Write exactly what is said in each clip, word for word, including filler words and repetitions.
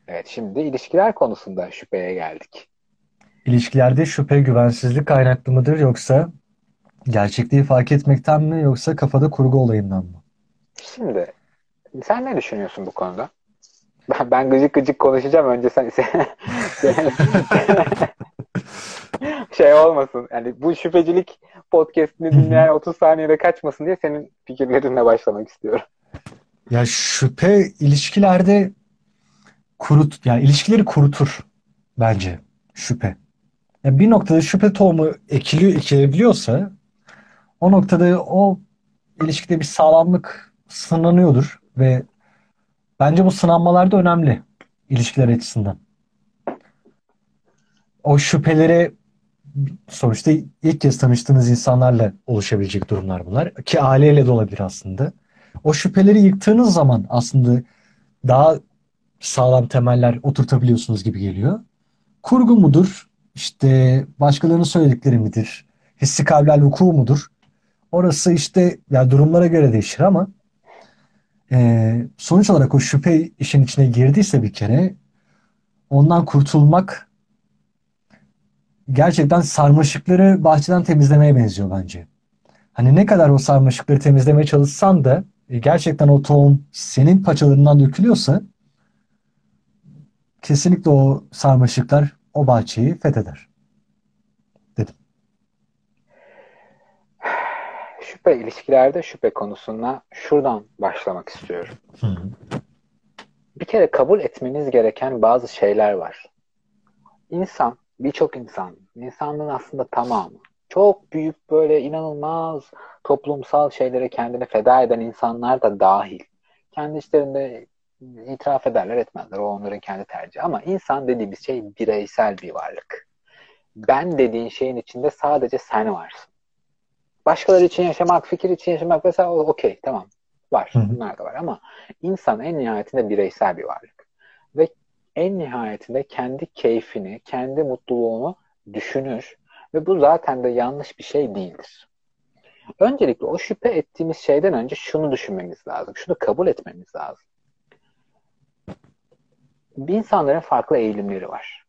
Evet, şimdi ilişkiler konusunda şüpheye geldik. İlişkilerde şüphe güvensizlik kaynaklı mıdır yoksa gerçekliği fark etmekten mi yoksa kafada kurgu olayından mı? Şimdi sen ne düşünüyorsun bu konuda? Ben, ben gıcık gıcık konuşacağım. Önce sen, sen, sen- şey olmasın. Yani bu şüphecilik podcast'ini Hı hı. dinleyen otuz saniyede kaçmasın diye senin fikirlerinle başlamak istiyorum. Ya şüphe ilişkilerde kurut yani ilişkileri kurutur bence şüphe. Ya bir noktada şüphe tohumu ekiliyor, ekilebiliyorsa o noktada o ilişkide bir sağlamlık sınanıyordur ve bence bu sınanmalar da önemli ilişkiler açısından. O şüphelere sonuçta ilk kez tanıştığınız insanlarla oluşabilecek durumlar bunlar. Ki aileyle de olabilir aslında. O şüpheleri yıktığınız zaman aslında daha sağlam temeller oturtabiliyorsunuz gibi geliyor. Kurgu mudur? İşte başkalarının söyledikleri midir? Hissi kavlal vuku mudur? Orası işte ya durumlara göre değişir ama e, sonuç olarak o şüphe işin içine girdiyse bir kere ondan kurtulmak gerçekten sarmaşıkları bahçeden temizlemeye benziyor bence. Hani ne kadar o sarmaşıkları temizlemeye çalışsan da e, gerçekten o tohum senin paçalarından dökülüyorsa kesinlikle o sarmaşıklar o bahçeyi fetheder dedim. Şüphe ilişkilerde şüphe konusuna şuradan başlamak istiyorum. Hı hı. Bir kere kabul etmeniz gereken bazı şeyler var. İnsan, birçok insan, insanlığın aslında tamamı, çok büyük böyle inanılmaz toplumsal şeylere kendini feda eden insanlar da dahil. Kendi işlerinde itiraf ederler etmezler. O onların kendi tercihi. Ama insan dediğimiz şey bireysel bir varlık. Ben dediğin şeyin içinde sadece sen varsın. Başkaları için yaşamak, fikir için yaşamak vesaire okey tamam Hı var. hı. Bunlar da var ama insan en nihayetinde bireysel bir varlık. Ve en nihayetinde kendi keyfini, kendi mutluluğunu düşünür ve bu zaten de yanlış bir şey değildir. Öncelikle o şüphe ettiğimiz şeyden önce şunu düşünmemiz lazım. Şunu kabul etmemiz lazım. Bir insanların farklı eğilimleri var.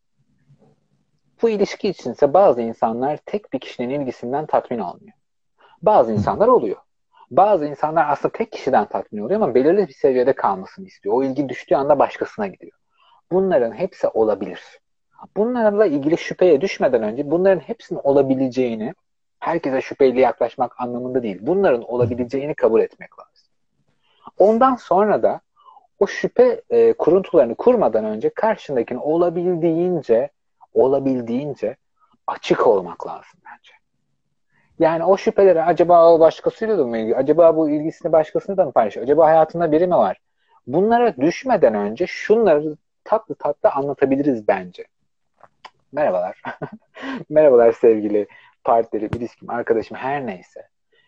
Bu ilişki içinse bazı insanlar tek bir kişinin ilgisinden tatmin olmuyor. Bazı Hı hı. insanlar oluyor. Bazı insanlar aslında tek kişiden tatmin oluyor ama belirli bir seviyede kalmasını istiyor. O ilgi düştüğü anda başkasına gidiyor. Bunların hepsi olabilir. Bunlarla ilgili şüpheye düşmeden önce bunların hepsinin olabileceğini, herkese şüpheyle yaklaşmak anlamında değil, bunların Hı hı. olabileceğini kabul etmek lazım. Ondan sonra da o şüphe e, kuruntularını kurmadan önce karşındakini olabildiğince, olabildiğince açık olmak lazım bence. Yani o şüpheleri acaba o başkasıyla da mı ilgili? Acaba bu ilgisini başkasıyla da mı paylaşıyor? Acaba hayatında biri mi var? Bunlara düşmeden önce şunları tatlı tatlı anlatabiliriz bence. Merhabalar. Merhabalar sevgili partnerim, ilişkim, arkadaşım her neyse.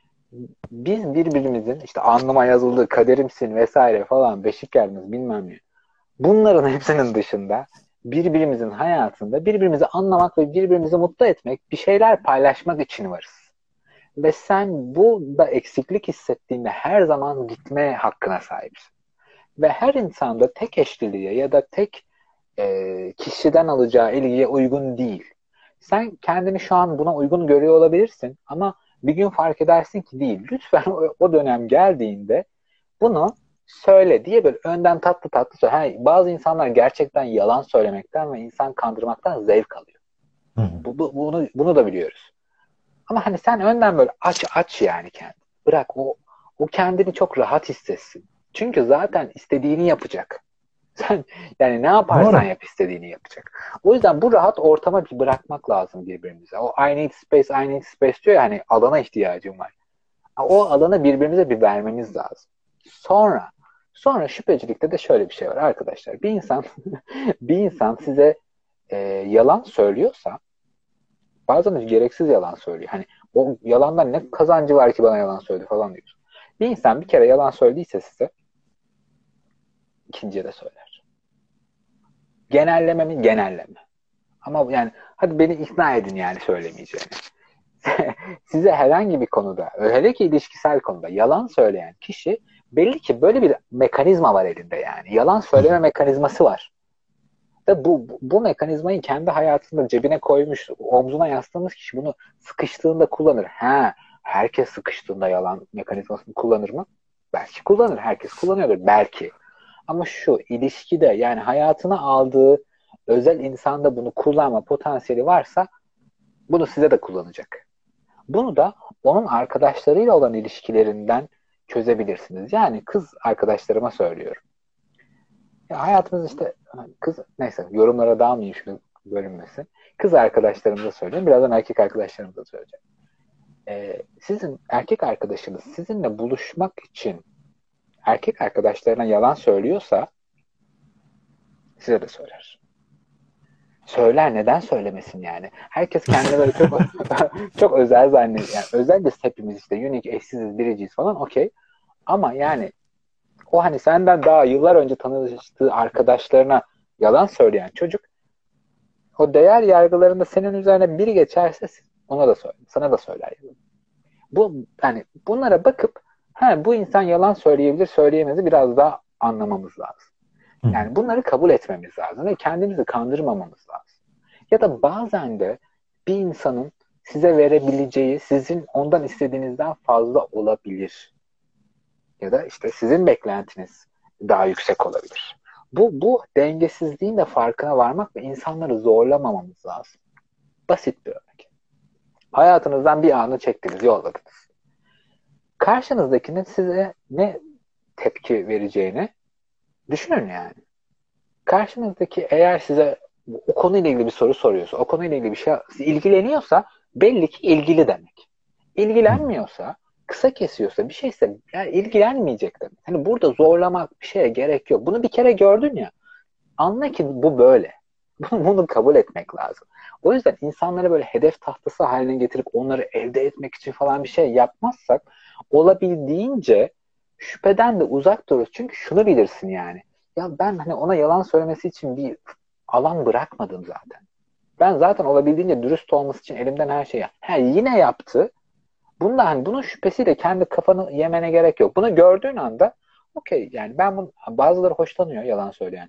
Biz birbirimizin işte alnıma yazıldığı kaderimsin vesaire falan beşik yardımız bilmem ne. Bunların hepsinin dışında birbirimizin hayatında birbirimizi anlamak ve birbirimizi mutlu etmek, bir şeyler paylaşmak için varız. Ve sen bu da eksiklik hissettiğinde her zaman gitme hakkına sahipsin. Ve her insanda tek eşliliğe ya da tek e, kişiden alacağı ilgiye uygun değil. Sen kendini şu an buna uygun görüyor olabilirsin ama bir gün fark edersin ki değil. Lütfen o, o dönem geldiğinde bunu söyle diye böyle önden tatlı tatlı söyle. Ha, bazı insanlar gerçekten yalan söylemekten ve insan kandırmaktan zevk alıyor. Hı hı. Bu, bu- bunu, bunu da biliyoruz. Ama hani sen önden böyle aç aç yani kendini. Bırak o o kendini çok rahat hissetsin. Çünkü zaten istediğini yapacak. Sen yani ne yaparsan Doğru. yap istediğini yapacak. O yüzden bu rahat ortama bir bırakmak lazım birbirimize. O I need space, I need space diyor ya hani alana ihtiyacım var. O alana birbirimize bir vermemiz lazım. Sonra sonra şüphecilikte de şöyle bir şey var arkadaşlar. Bir insan bir insan size e, yalan söylüyorsa bazen de gereksiz yalan söylüyor. Hani o yalandan ne kazancı var ki bana yalan söyledi falan diyorsun. Bir insan bir kere yalan söylediyse size ikinciye de söyler. Genelleme mi? Genelleme. Ama yani hadi beni ikna edin yani söylemeyeceğini. Size herhangi bir konuda, hele ki ilişkisel konuda yalan söyleyen kişi belli ki böyle bir mekanizma var elinde yani. Yalan Hı hı. söyleme mekanizması var. Da bu, bu, bu mekanizmayı kendi hayatında cebine koymuş, omzuna yaslamış kişi bunu sıkıştığında kullanır. Ha, herkes sıkıştığında yalan mekanizmasını kullanır mı? Belki kullanır. Herkes kullanıyordur. Belki. Ama şu ilişkide yani hayatına aldığı özel insanda bunu kullanma potansiyeli varsa bunu size de kullanacak. Bunu da onun arkadaşlarıyla olan ilişkilerinden çözebilirsiniz. Yani kız arkadaşlarıma söylüyorum. Ya hayatımız işte kız neyse yorumlara dalmayayım şimdi bölünmesin. Kız arkadaşlarımıza söyleyeyim. Birazdan erkek arkadaşlarımıza söyleyeceğim. Ee, sizin erkek arkadaşınız sizinle buluşmak için erkek arkadaşlarına yalan söylüyorsa size de söyler. Söyler, neden söylemesin yani? Herkes kendine böyle çok çok özel zannediyor. Yani özel biz hepimiz işte unique, eşsiziz, biriciyiz falan okey. Ama yani o hani senden daha yıllar önce tanıştığı arkadaşlarına yalan söyleyen çocuk o değer yargılarında senin üzerine biri geçerse ona da söyler. Sana da söyler. Bu hani bunlara bakıp ha, bu insan yalan söyleyebilir, söyleyemezi biraz daha anlamamız lazım. Yani bunları kabul etmemiz lazım ve kendimizi kandırmamamız lazım. Ya da bazen de bir insanın size verebileceği sizin ondan istediğinizden fazla olabilir. Ya da işte sizin beklentiniz daha yüksek olabilir. Bu, bu dengesizliğin de farkına varmak ve insanları zorlamamamız lazım. Basit bir örnek. Hayatınızdan bir anı çektiniz, yolladınız. Karşınızdakinin size ne tepki vereceğini düşünün yani. Karşınızdaki eğer size o konuyla ilgili bir soru soruyorsa, o konuyla ilgili bir şey ilgileniyorsa belli ki ilgili demek. İlgilenmiyorsa, kısa kesiyorsa bir şeyse yani ilgilenmeyecek demek. Hani burada zorlamak bir şeye gerek yok. Bunu bir kere gördün ya, anla ki bu böyle. Bunu kabul etmek lazım. O yüzden insanları böyle hedef tahtası haline getirip onları elde etmek için falan bir şey yapmazsak olabildiğince şüpheden de uzak dururuz. Çünkü şunu bilirsin yani. Ya ben hani ona yalan söylemesi için bir alan bırakmadım zaten. Ben zaten olabildiğince dürüst olması için elimden her şeyi yaptım. Ha, yine yaptı. Bunda hani bunun şüphesiyle kendi kafanı yemene gerek yok. Bunu gördüğün anda okey yani ben bunu bazıları hoşlanıyor yalan söyleyen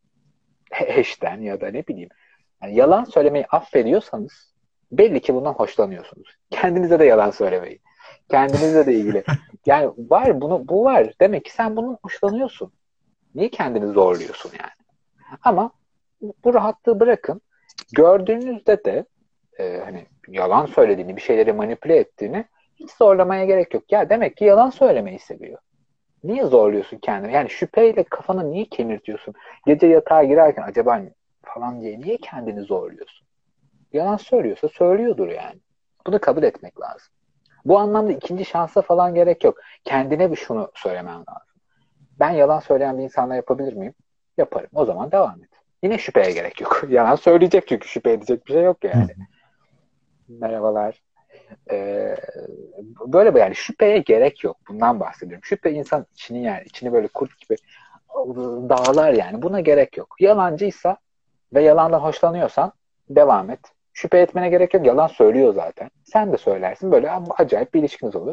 eşten ya da ne bileyim. Yani yalan söylemeyi affediyorsanız belli ki bundan hoşlanıyorsunuz. Kendinize de yalan söylemeyin. Kendinizle de ilgili. Yani var bunu bu var. Demek ki sen bundan hoşlanıyorsun. Niye kendini zorluyorsun yani? Ama bu rahatlığı bırakın. Gördüğünüzde de e, hani yalan söylediğini, bir şeyleri manipüle ettiğini hiç zorlamaya gerek yok. Ya demek ki yalan söylemeyi seviyor. Niye zorluyorsun kendini? Yani şüpheyle kafanı niye kemirtiyorsun? Gece yatağa girerken acaba falan diye niye kendini zorluyorsun? Yalan söylüyorsa söylüyordur yani. Bunu kabul etmek lazım. Bu anlamda ikinci şansa falan gerek yok. Kendine bir şunu söylemen lazım. Ben yalan söyleyen bir insanla yapabilir miyim? Yaparım. O zaman devam et. Yine şüpheye gerek yok. Yalan söyleyecek çünkü şüphe edecek bir şey yok yani. Merhabalar. Ee, böyle yani şüpheye gerek yok. Bundan bahsediyorum. Şüphe insan içini yer. İçini böyle kurt gibi dağlar yani. Buna gerek yok. Yalancıysa ve yalandan hoşlanıyorsan devam et. Şüphe etmene gerek yok. Yalan söylüyor zaten. Sen de söylersin. Böyle acayip bir ilişkiniz olur.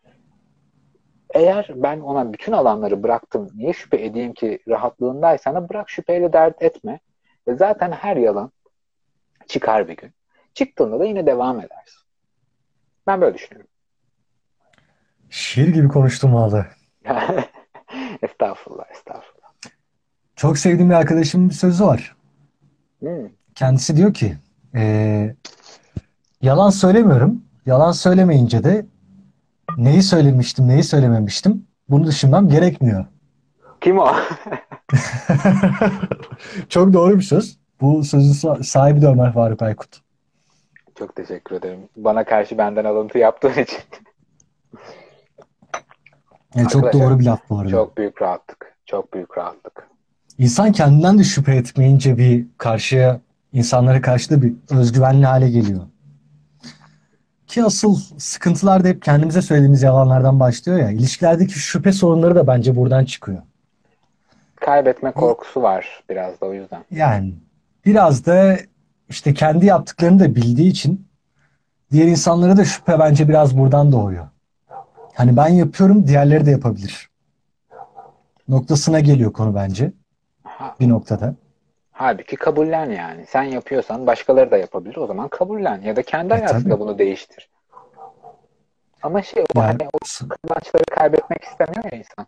Eğer ben ona bütün alanları bıraktım, niye şüphe edeyim ki rahatlığındaysan bırak şüpheyle dert etme. Ve zaten her yalan çıkar bir gün. Çıktığında da yine devam edersin. Ben böyle düşünüyorum. Şiir gibi konuştum valla. Estağfurullah, estağfurullah. Çok sevdiğim bir arkadaşımın bir sözü var. Hmm. Kendisi diyor ki eee, yalan söylemiyorum. Yalan söylemeyince de neyi söylemiştim, neyi söylememiştim bunu düşünmem gerekmiyor. Kim o? Çok doğru bir söz. Bu sözün sahibi de Ömer Faruk Aykut. Çok teşekkür ederim. Bana karşı benden alıntı yaptığın için. Yani çok doğru bir laf bu arada. Çok büyük rahatlık. Çok büyük rahatlık. İnsan kendinden de şüphe etmeyince bir karşıya, insanlara karşı da bir özgüvenli hale geliyor. Ki asıl sıkıntılar da hep kendimize söylediğimiz yalanlardan başlıyor ya. İlişkilerdeki şüphe sorunları da bence buradan çıkıyor. Kaybetme korkusu var biraz da o yüzden. Yani biraz da işte kendi yaptıklarını da bildiği için diğer insanlara da şüphe bence biraz buradan doğuyor. Hani ben yapıyorum, diğerleri de yapabilir noktasına geliyor konu bence Ha, bir noktada. Halbuki kabullen yani. Sen yapıyorsan başkaları da yapabilir. O zaman kabullen. Ya da kendi E tabii. hayatında bunu değiştir. Ama şey o Yani hani o s- kazançları kaybetmek istemiyor ya insan.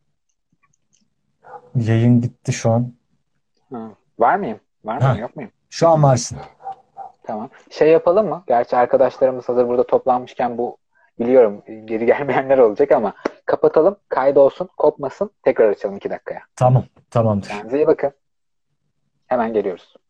yayın gitti şu an. Hı. Var mıyım? Var mıyım? Ha, Yok muyum? şu an varsın. Tamam. Şey yapalım mı? Gerçi arkadaşlarımız hazır burada toplanmışken bu biliyorum geri gelmeyenler olacak ama kapatalım. Kaydolsun, kopmasın. Tekrar açalım iki dakikaya. Tamam, tamamdır. Kendinize iyi bakın. Hemen geliyoruz.